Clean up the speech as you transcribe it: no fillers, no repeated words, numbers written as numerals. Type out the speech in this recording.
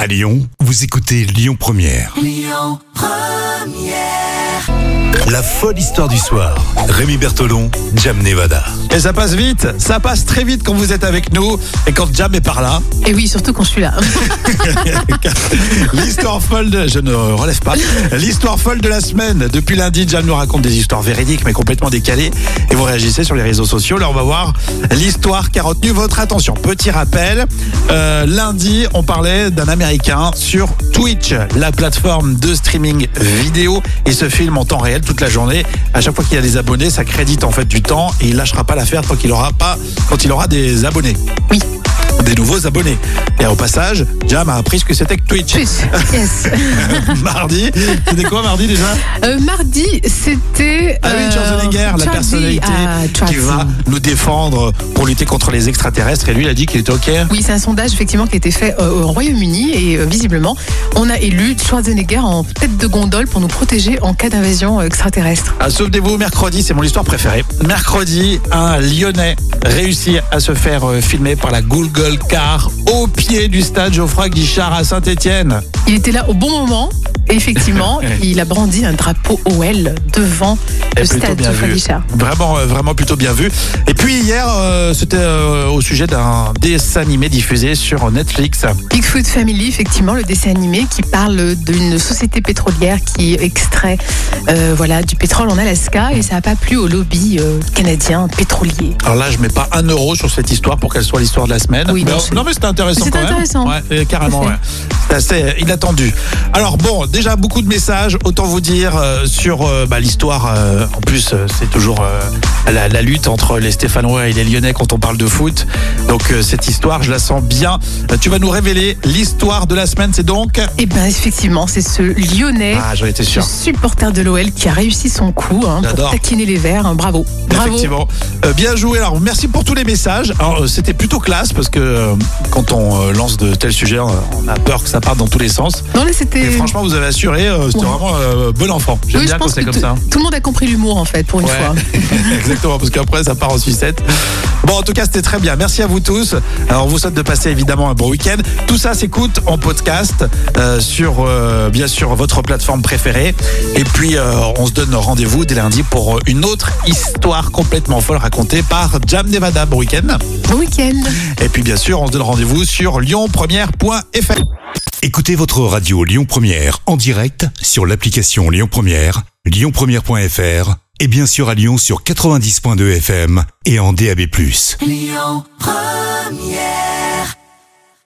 À Lyon, vous écoutez Lyon Première. Lyon Première. La folle histoire du soir. Rémi Bertolon, Jam Nevada. Et ça passe vite, ça passe très vite quand vous êtes avec nous et quand Jam est par là. Et oui, surtout quand je suis là. L'histoire folle je ne relève pas. L'histoire folle de la semaine. Depuis lundi, Jam nous raconte des histoires véridiques mais complètement décalées. Et vous réagissez sur les réseaux sociaux. Là, on va voir l'histoire qui a retenu votre attention. Petit rappel, lundi, on parlait d'un Américain sur Twitch, la plateforme de streaming vidéo. Il se filme en temps réel toute la journée. À chaque fois qu'il y a des abonnés, ça crédite en fait du temps et il lâchera pas l'affaire quand il aura des abonnés. Oui. Des nouveaux abonnés. Et au passage, Jam a appris ce que c'était que Twitch. Yes. Mardi, c'était quoi mardi déjà? Mardi, c'était... Schwarzenegger, la personnalité qui va nous défendre pour lutter contre les extraterrestres. Et lui, il a dit qu'il était OK. Oui, c'est un sondage effectivement qui a été fait au Royaume-Uni et visiblement, on a élu Schwarzenegger en tête de gondole pour nous protéger en cas d'invasion extraterrestre. Ah, souvenez-vous, mercredi, c'est mon histoire préférée. Mercredi, un Lyonnais réussit à se faire filmer par la Google Car au pied du stade Geoffroy Guichard à Saint-Étienne. Il était là au bon moment et effectivement, il a brandi un drapeau OL devant le stade Geoffroy Guichard. Vraiment plutôt bien vu. Et puis hier, c'était au sujet d'un dessin animé diffusé sur Netflix. Bigfoot Family, effectivement, le dessin animé qui parle d'une société pétrolière qui extrait du pétrole en Alaska et ça n'a pas plu au lobby canadien pétrolier. Alors là, je mets pas 1 euro sur cette histoire pour qu'elle soit l'histoire de la semaine. Oui, non, mais c'était intéressant quand même. Intéressant. Ouais, carrément, ouais. C'est assez inattendu. Alors bon, déjà beaucoup de messages, autant vous dire sur l'histoire. En plus, c'est toujours la lutte entre les Stéphanois et les Lyonnais quand on parle de foot. Donc cette histoire, je la sens bien. Tu vas nous révéler l'histoire de la semaine, c'est donc? Eh bien, effectivement, c'est ce Lyonnais, j'en étais sûr, supporter de l'OL qui a réussi son coup pour taquiner les Verts. Bravo. Effectivement. Bien joué. Alors, merci pour tous les messages. Alors, c'était plutôt classe parce que quand on lance de tels sujets, on a peur que ça parte dans tous les sens. Non, là, c'était... Et franchement, vous avez assuré, c'était vraiment bon enfant. J'aime bien quand c'est comme ça. Tout le monde a compris l'humour, en fait, pour une fois. Exactement, parce qu'après, ça part en sucette. Bon, en tout cas, c'était très bien. Merci à vous tous. Alors, on vous souhaite de passer évidemment un bon week-end. Tout ça s'écoute en podcast sur, bien sûr, votre plateforme préférée. Et puis, on se donne rendez-vous dès lundi pour une autre histoire complètement folle racontée par Jam Nevada. Bon week-end. Bon week-end. Et puis, bien sûr, on se donne rendez-vous sur lyonpremière.fr. Écoutez votre radio Lyon Première en direct sur l'application Lyon Première, lyonpremière.fr et bien sûr à Lyon sur 90.2 FM et en DAB+. Lyon Première.